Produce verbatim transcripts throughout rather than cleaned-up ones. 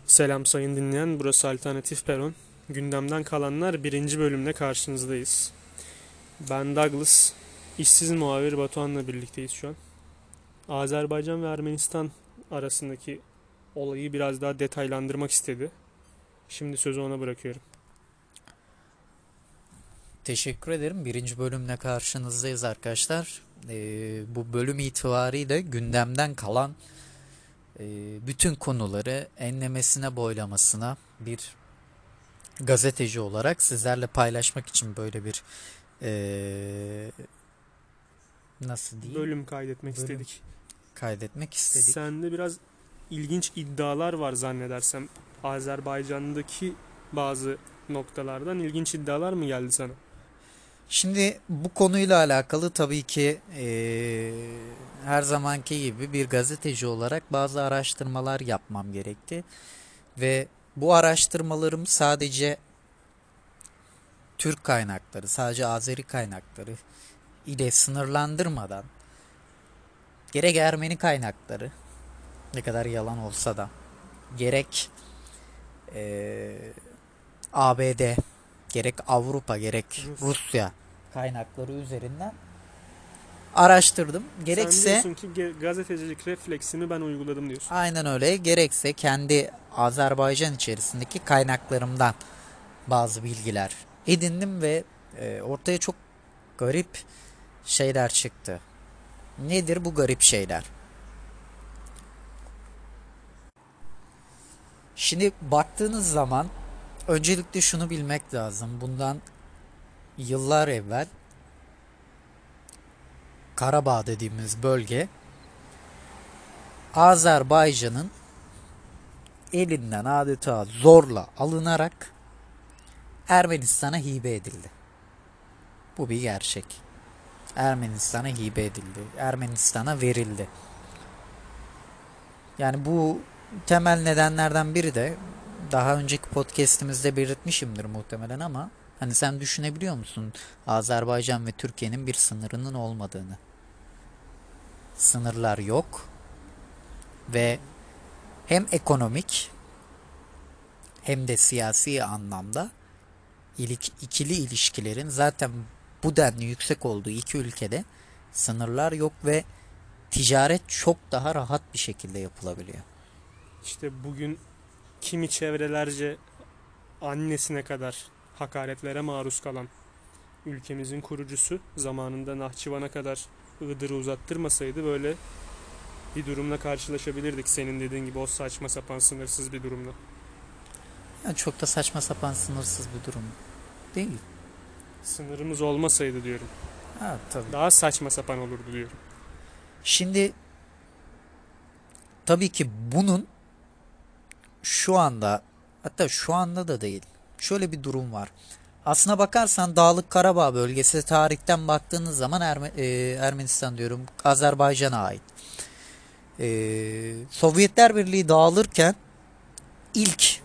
Selam sayın dinleyen, burası Alternatif Peron. Gündemden kalanlar birinci bölümle karşınızdayız. Ben Douglas, işsiz muhabir Batuhan'la birlikteyiz şu an. Azerbaycan ve Ermenistan arasındaki olayı biraz daha detaylandırmak istedi. Şimdi sözü ona bırakıyorum. Teşekkür ederim. Birinci bölümle karşınızdayız arkadaşlar. Ee, bu bölüm itibariyle gündemden kalan e, bütün konuları enlemesine boylamasına bir gazeteci olarak sizlerle paylaşmak için böyle bir e, nasıl diyeyim Bölüm kaydetmek bölüm istedik. kaydetmek istedik. Sende biraz ilginç iddialar var zannedersem. Azerbaycan'daki bazı noktalardan ilginç iddialar mı geldi sana? Şimdi bu konuyla alakalı tabii ki e, her zamanki gibi bir gazeteci olarak bazı araştırmalar yapmam gerekti. Ve bu araştırmalarım sadece Türk kaynakları, sadece Azeri kaynakları ile sınırlandırmadan gerek Ermeni kaynakları ne kadar yalan olsa da gerek eee, A B D gerek Avrupa gerek Rus. Rusya kaynakları üzerinden araştırdım. Sen Gerekse diyorsun ki ge- gazetecilik refleksimi ben uyguladım diyorsun. aynen öyle, gerekse kendi Azerbaycan içerisindeki kaynaklarımdan bazı bilgiler edindim ve e, ortaya çok garip şeyler çıktı. Nedir bu garip şeyler? Şimdi baktığınız zaman öncelikle şunu bilmek lazım. Bundan yıllar evvel Karabağ dediğimiz bölge Azerbaycan'ın elinden adeta zorla alınarak Ermenistan'a hibe edildi. Bu bir gerçek. Ermenistan'a hibe edildi. Ermenistan'a verildi. Yani bu temel nedenlerden biri de daha önceki podcast'imizde belirtmişimdir muhtemelen ama hani sen düşünebiliyor musun Azerbaycan ve Türkiye'nin bir sınırının olmadığını? Sınırlar yok ve hem ekonomik hem de siyasi anlamda ikili ilişkilerin zaten bu denli yüksek olduğu iki ülkede sınırlar yok ve ticaret çok daha rahat bir şekilde yapılabiliyor. İşte bugün kimi çevrelerce annesine kadar hakaretlere maruz kalan ülkemizin kurucusu zamanında Nahçıvan'a kadar Iğdır'ı uzattırmasaydı böyle bir durumla karşılaşabilirdik. Senin dediğin gibi o saçma sapan sınırsız bir durumla. Yani çok da saçma sapan sınırsız bir durum değil. Sınırımız olmasaydı diyorum. Ha, tabii. Daha saçma sapan olurdu diyorum. Şimdi tabii ki bunun şu anda, hatta şu anda da değil. Şöyle bir durum var. Aslına bakarsan Dağlık Karabağ bölgesi tarihten baktığınız zaman Erme- e, Ermenistan diyorum, Azerbaycan'a ait. E, Sovyetler Birliği dağılırken ilk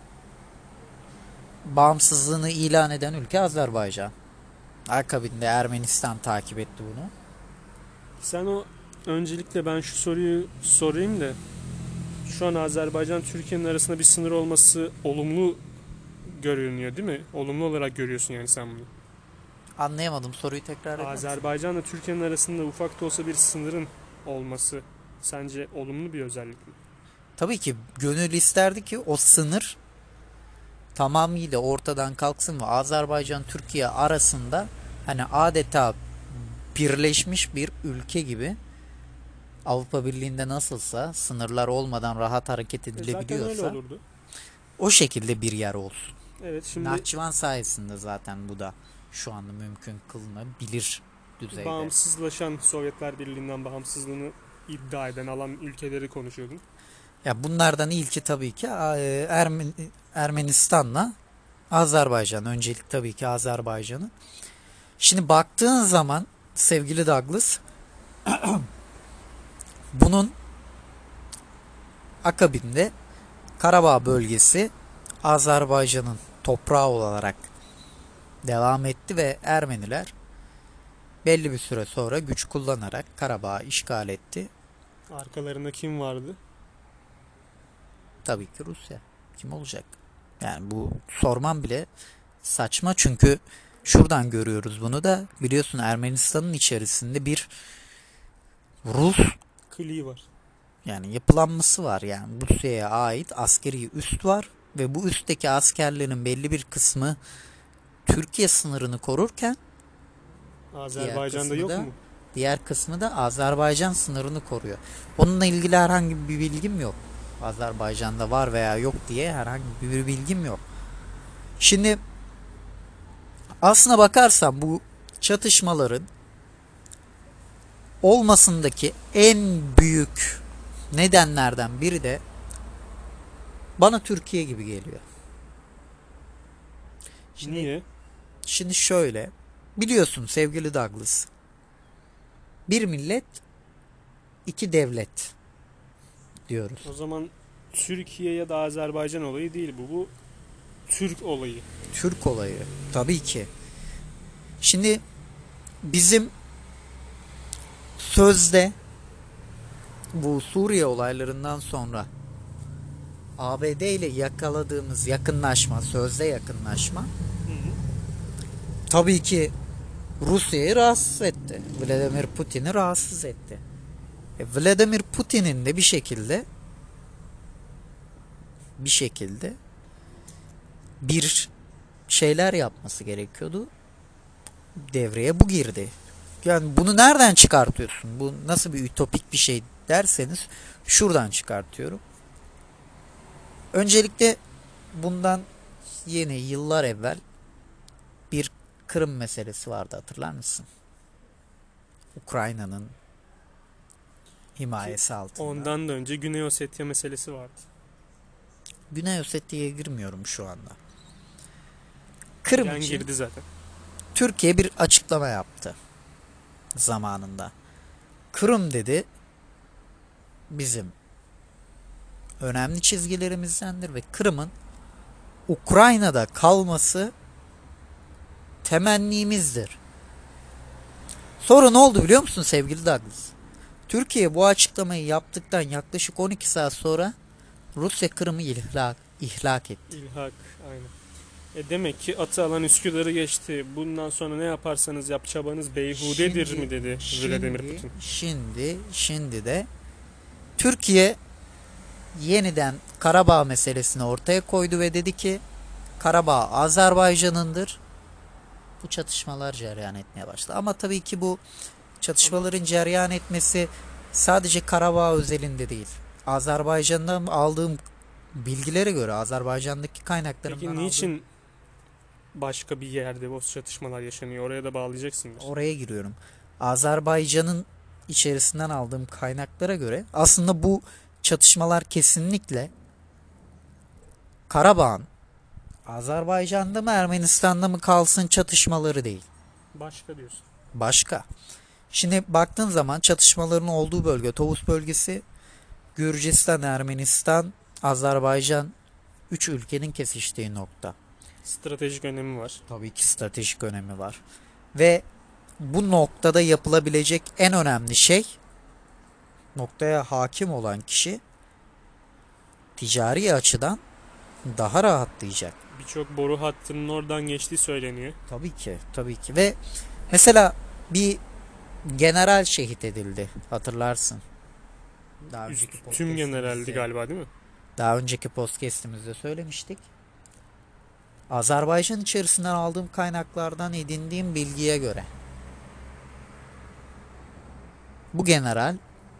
bağımsızlığını ilan eden ülke Azerbaycan. Akabinde Ermenistan takip etti bunu. Sen o öncelikle ben şu soruyu sorayım da şu an Azerbaycan Türkiye'nin arasında bir sınır olması olumlu görünüyor değil mi? Olumlu olarak görüyorsun yani sen bunu. Anlayamadım, soruyu tekrar eder misin? Azerbaycan'la Türkiye'nin arasında ufak da olsa bir sınırın olması sence olumlu bir özellik mi? Tabii ki gönül isterdi ki o sınır tamamıyla ortadan kalksın ve Azerbaycan Türkiye arasında hani adeta birleşmiş bir ülke gibi Avrupa Birliği'nde nasılsa sınırlar olmadan rahat hareket E zaten öyle edilebiliyorsa olurdu. o şekilde bir yer olsun. Evet, şimdi Nahçıvan sayesinde zaten bu da şu anda mümkün kılınabilir düzeyde. bağımsızlaşan Sovyetler Birliği'nden bağımsızlığını iddia eden alan ülkeleri konuşuyordun. Ya bunlardan ilki tabii ki e, Ermen Ermenistan'la Azerbaycan. Öncelik tabii ki Azerbaycan'ın. Şimdi baktığın zaman sevgili Douglas, bunun akabinde Karabağ bölgesi Azerbaycan'ın toprağı olarak devam etti ve Ermeniler belli bir süre sonra güç kullanarak Karabağ'ı işgal etti. Arkalarında kim vardı? Tabii ki Rusya. Kim olacak? Yani bu sormam bile saçma çünkü şuradan görüyoruz bunu da biliyorsun Ermenistan'ın içerisinde bir Rus Kli var. yani yapılanması var yani Rusya'ya ait askeri üst var ve bu üstteki askerlerin belli bir kısmı Türkiye sınırını korurken diğer Azerbaycan'da kısmı yok da mu? diğer kısmı da Azerbaycan sınırını koruyor. Onunla ilgili herhangi bir bilgim yok. Azerbaycan'da var veya yok diye herhangi bir bilgim yok. Şimdi aslına bakarsan bu çatışmaların olmasındaki en büyük nedenlerden biri de bana Türkiye gibi geliyor. Şimdi, Niye? şimdi şöyle biliyorsun sevgili Douglas bir millet iki devlet diyoruz. O zaman Türkiye ya da Azerbaycan olayı değil bu. Bu Türk olayı. Türk olayı tabii ki. Şimdi bizim sözde bu Suriye olaylarından sonra A B D ile yakaladığımız yakınlaşma, sözde yakınlaşma Hı hı. tabii ki Rusya'yı rahatsız etti. Vladimir Putin'i rahatsız etti. E, Vladimir Putin'in de bir şekilde bir şekilde bir şeyler yapması gerekiyordu. Devreye bu girdi. Yani bunu nereden çıkartıyorsun? Bu nasıl bir ütopik bir şey derseniz şuradan çıkartıyorum. Öncelikle bundan yeni yıllar evvel bir Kırım meselesi vardı hatırlar mısın? Ukrayna'nın Ki himayesi altında. ondan da önce Güney Ossetya meselesi vardı. Güney Osetya'ya girmiyorum şu anda. Kırım Gen için girdi zaten. Türkiye bir açıklama yaptı zamanında. Kırım dedi bizim önemli çizgilerimizdendir ve Kırım'ın Ukrayna'da kalması temennimizdir. Sonra ne oldu biliyor musun sevgili Douglas? Türkiye bu açıklamayı yaptıktan yaklaşık on iki saat sonra Rusya Kırım'ı ihlak, ihlak etti. İlhak. Aynen. E demek ki atı alan Üsküdar'ı geçti. Bundan sonra ne yaparsanız yap çabanız beyhudedir Şimdi- mi dedi şimdi, Vladimir Putin. Şimdi, şimdi de Türkiye yeniden Karabağ meselesini ortaya koydu ve dedi ki Karabağ Azerbaycan'ındır. Bu çatışmalar cereyan etmeye başladı. Ama tabii ki bu çatışmaların cereyan etmesi sadece Karabağ özelinde değil. Azerbaycan'dan aldığım bilgilere göre Azerbaycan'daki kaynaklarımdan Peki aldığım niçin başka bir yerde bu çatışmalar yaşanıyor? Oraya da bağlayacaksındır. oraya giriyorum. Azerbaycan'ın içerisinden aldığım kaynaklara göre aslında bu çatışmalar kesinlikle Karabağ'ın Azerbaycan'da mı Ermenistan'da mı kalsın çatışmaları değil. Başka diyorsun. Başka. Şimdi baktığın zaman çatışmaların olduğu bölge Tovuz bölgesi, Gürcistan, Ermenistan, Azerbaycan üç ülkenin kesiştiği nokta. Stratejik önemi var. Tabii ki stratejik önemi var. Ve bu noktada yapılabilecek en önemli şey noktaya hakim olan kişi ticari açıdan daha rahatlayacak. Birçok boru hattının oradan geçtiği söyleniyor. Tabii ki, tabii ki. Ve mesela bir general şehit edildi. Hatırlarsın. Daha Üst, önceki tüm generaldi podcast'imizde, galiba değil mi? daha önceki podcast'imizde söylemiştik. Azerbaycan içerisinden aldığım kaynaklardan edindiğim bilgiye göre bu general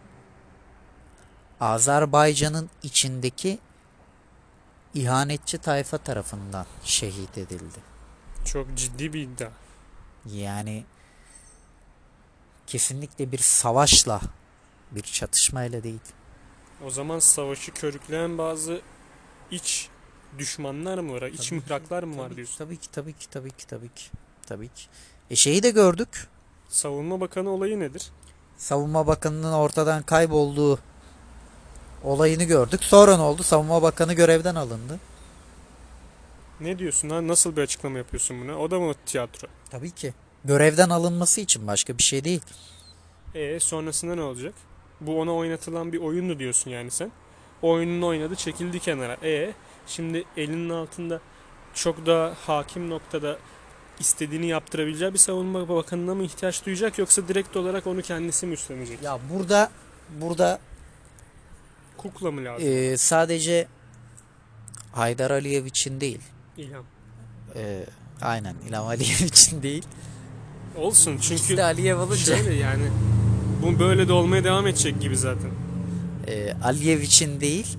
Azerbaycan'ın içindeki ihanetçi tayfa tarafından şehit edildi. Çok ciddi bir iddia. Yani kesinlikle bir savaşla, bir çatışmayla değil. O zaman savaşı körükleyen bazı iç düşmanlar mı var? İç Tabii ki, mihraklar mı var tabii ki, diyorsun? tabii ki, tabii ki, tabii ki, tabii ki, tabii ki. E şeyi de gördük. Savunma Bakanı olayı nedir? Savunma Bakanı'nın ortadan kaybolduğu olayını gördük. Sonra ne oldu? Savunma Bakanı görevden alındı. Ne diyorsun lan? Nasıl bir açıklama yapıyorsun buna? O da mı tiyatro? Tabii ki. Görevden alınması için başka bir şey değil. E sonrasında ne olacak? Bu ona oynatılan bir oyundu diyorsun yani sen. O oyununu oynadı, çekildi kenara. E şimdi elinin altında çok daha hakim noktada istediğini yaptırabileceği bir savunma bakanına mı ihtiyaç duyacak, yoksa direkt olarak onu kendisi mi üstlenecek? Ya burada burada Kukla mı lazım? e, sadece Haydar Aliyev için değil. İlham. e, aynen İlham Aliyev için değil. Olsun İkisi çünkü de Aliyev olunca şöyle yani bu böyle de olmaya devam edecek gibi zaten. e, Aliyev için değil.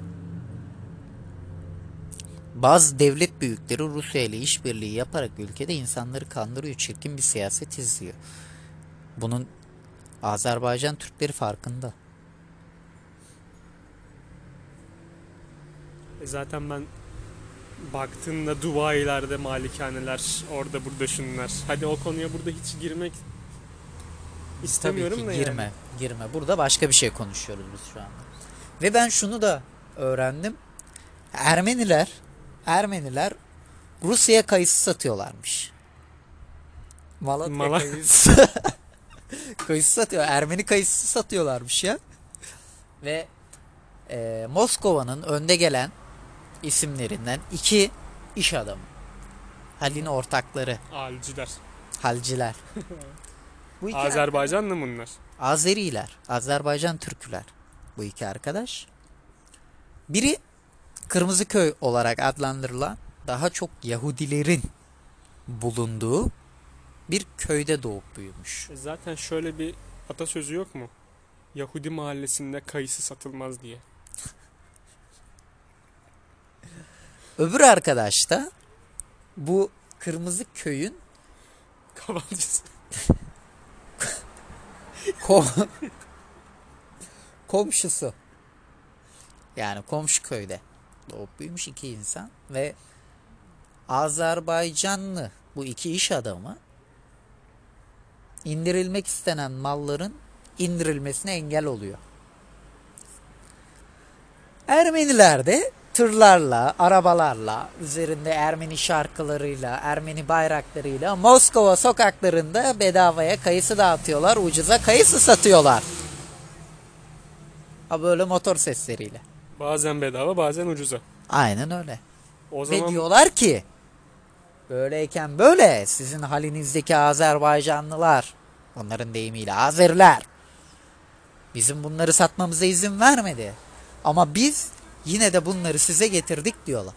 Bazı devlet büyükleri Rusya ile işbirliği yaparak ülkede insanları kandırıyor, çirkin bir siyaset izliyor. Bunun Azerbaycan Türkleri farkında. E zaten ben baktığında Dubai'lerde malikaneler, orada burada şunlar. Hadi o konuya burada hiç girmek istemiyorum Tabii da ki girme, yani. girme. Burada başka bir şey konuşuyoruz biz şu anda. Ve ben şunu da öğrendim. Ermeniler, Ermeniler Rusya'ya kayısı satıyorlarmış. Malatya Mala kayısı. Kayısı satıyor. Ermeni kayısı satıyorlarmış ya. Ve e, Moskova'nın önde gelen isimlerinden iki iş adamı. Halin ortakları. Alciler. Halciler. Bu iki Azerbaycanlı mı bunlar? Azeriler. Azerbaycan Türküler. Bu iki arkadaş. Biri Kırmızıköy olarak adlandırılan daha çok Yahudilerin bulunduğu bir köyde doğup büyümüş. E zaten şöyle bir atasözü yok mu? Yahudi mahallesinde kayısı satılmaz diye. Öbür arkadaş da bu Kırmızıköy'ün Kavalcısı. ko- komşusu. Yani komşu köyde doğup büyümüş iki insan ve Azerbaycanlı bu iki iş adamı indirilmek istenen malların indirilmesine engel oluyor. Ermeniler de tırlarla, arabalarla, üzerinde Ermeni şarkılarıyla, Ermeni bayraklarıyla Moskova sokaklarında bedavaya kayısı dağıtıyorlar, ucuza kayısı satıyorlar. Ha böyle motor sesleriyle. Bazen bedava, bazen ucuza. Aynen öyle. O Ve zaman diyorlar ki böyleyken böyle sizin halinizdeki Azerbaycanlılar, onların deyimiyle Azeriler, bizim bunları satmamıza izin vermedi. Ama biz yine de bunları size getirdik diyorlar.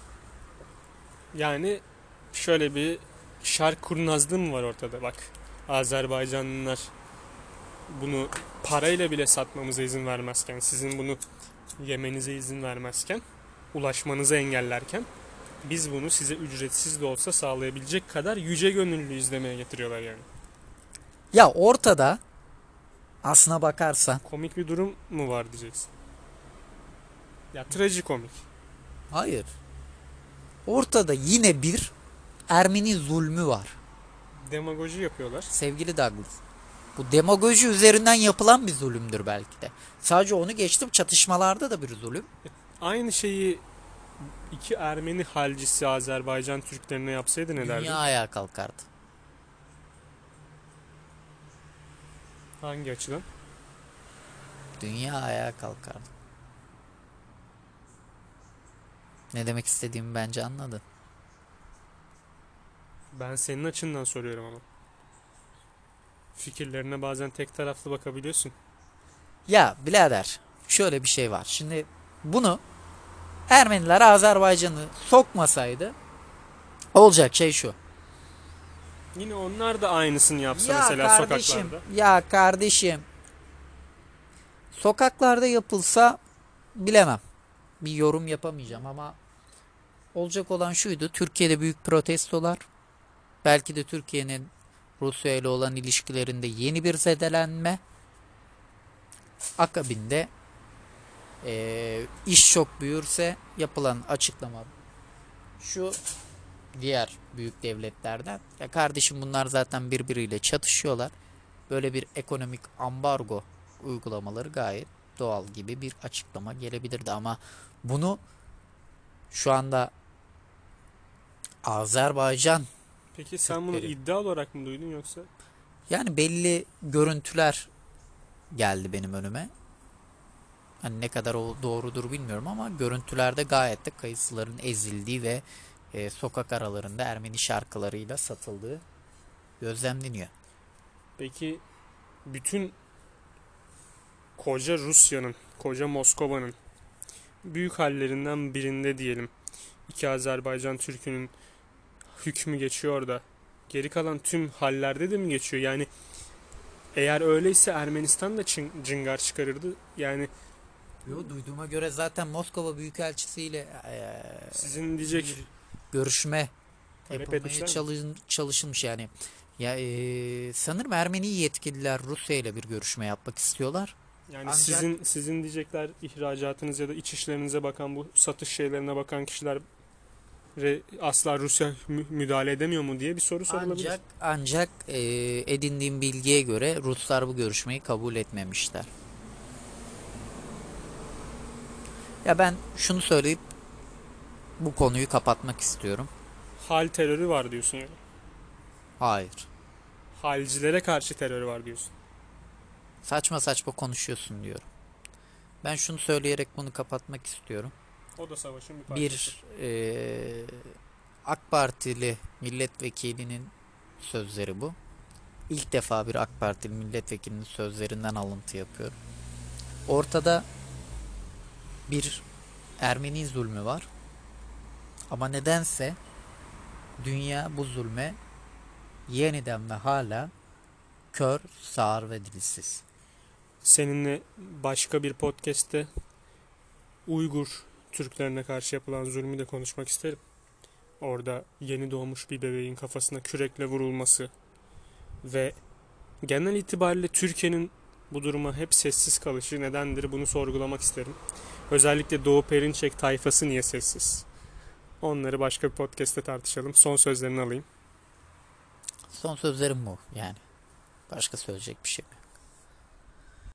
yani şöyle bir şark kurnazlığı mı var ortada bak. Azerbaycanlılar bunu parayla bile satmamıza izin vermezken, sizin bunu yemenize izin vermezken, ulaşmanızı engellerken, biz bunu size ücretsiz de olsa sağlayabilecek kadar yüce gönüllü izlemeye getiriyorlar yani. Ya ortada aslına bakarsan Komik bir durum mu var diyeceksin. Ya trajikomik. hayır. Ortada yine bir Ermeni zulmü var. Demagoji yapıyorlar. Sevgili Douglas. Bu demagoji üzerinden yapılan bir zulümdür belki de. Sadece onu geçtim, çatışmalarda da bir zulüm. Aynı şeyi iki Ermeni halcisi Azerbaycan Türklerine yapsaydı ne derdin? Dünya ayağa kalkardı. Hangi açıdan? Dünya ayağa kalkardı. Ne demek istediğimi bence anladın. Ben senin açından soruyorum ama. Fikirlerine bazen tek taraflı bakabiliyorsun. Ya birader şöyle bir şey var. Şimdi bunu Ermeniler Azerbaycan'ı sokmasaydı olacak şey şu. Yine onlar da aynısını yapsa Ya mesela kardeşim, sokaklarda. ya kardeşim. Sokaklarda yapılsa bilemem. Bir yorum yapamayacağım ama olacak olan şuydu. Türkiye'de büyük protestolar. Belki de Türkiye'nin Rusya ile olan ilişkilerinde yeni bir zedelenme. Akabinde eee, iş çok büyürse yapılan açıklama şu diğer büyük devletlerden. Ya kardeşim bunlar zaten birbiriyle çatışıyorlar. Böyle bir ekonomik ambargo uygulamaları gayet doğal gibi bir açıklama gelebilirdi ama bunu şu anda Azerbaycan Peki sen bunu Türkleri, iddia olarak mı duydun yoksa? yani belli görüntüler geldi benim önüme. Hani ne kadar o doğrudur bilmiyorum ama görüntülerde gayet de kayısıların ezildiği ve e, sokak aralarında Ermeni şarkılarıyla satıldığı gözlemleniyor. Peki bütün koca Rusya'nın, koca Moskova'nın büyük hallerinden birinde diyelim iki Azerbaycan Türk'ünün hükmü geçiyor da geri kalan tüm hallerde de mi geçiyor? Yani eğer öyleyse Ermenistan da çın- cıngar çıkarırdı. Yani Yo, duyduğuma göre zaten Moskova Büyükelçisi ile e, sizin bir diyecek görüşme talep yapılmaya etmişler mi? çalış- çalışılmış yani. Ya e, sanırım Ermeni yetkililer Rusya ile bir görüşme yapmak istiyorlar. Yani Ancak sizin sizin diyecekler ihracatınız ya da iç işlerinize bakan bu satış şeylerine bakan kişiler re- asla Rusya mü- müdahale edemiyor mu diye bir soru sorulabilir. ancak ancak e, edindiğim bilgiye göre Ruslar bu görüşmeyi kabul etmemişler. Ya ben şunu söyleyip bu konuyu kapatmak istiyorum. Hal terörü var diyorsun yani. Hayır. Halcilere karşı terörü var diyorsun. Saçma saçma konuşuyorsun diyorum. Ben şunu söyleyerek bunu kapatmak istiyorum. O da savaşın bir parçası. Bir eee, AK Partili milletvekilinin sözleri bu. İlk defa bir AK Partili milletvekilinin sözlerinden alıntı yapıyorum. Ortada bir Ermeni zulmü var. Ama nedense dünya bu zulme yeniden ve hala kör, sağır ve dilsiz. Seninle başka bir podcast'te Uygur Türklerine karşı yapılan zulmü de konuşmak isterim. Orada yeni doğmuş bir bebeğin kafasına kürekle vurulması ve genel itibariyle Türkiye'nin bu duruma hep sessiz kalışı nedendir bunu sorgulamak isterim. Özellikle Doğu Perinçek tayfası niye sessiz? Onları başka bir podcast'te tartışalım. Son sözlerini alayım. Son sözlerim bu yani. Başka söyleyecek bir şey mi?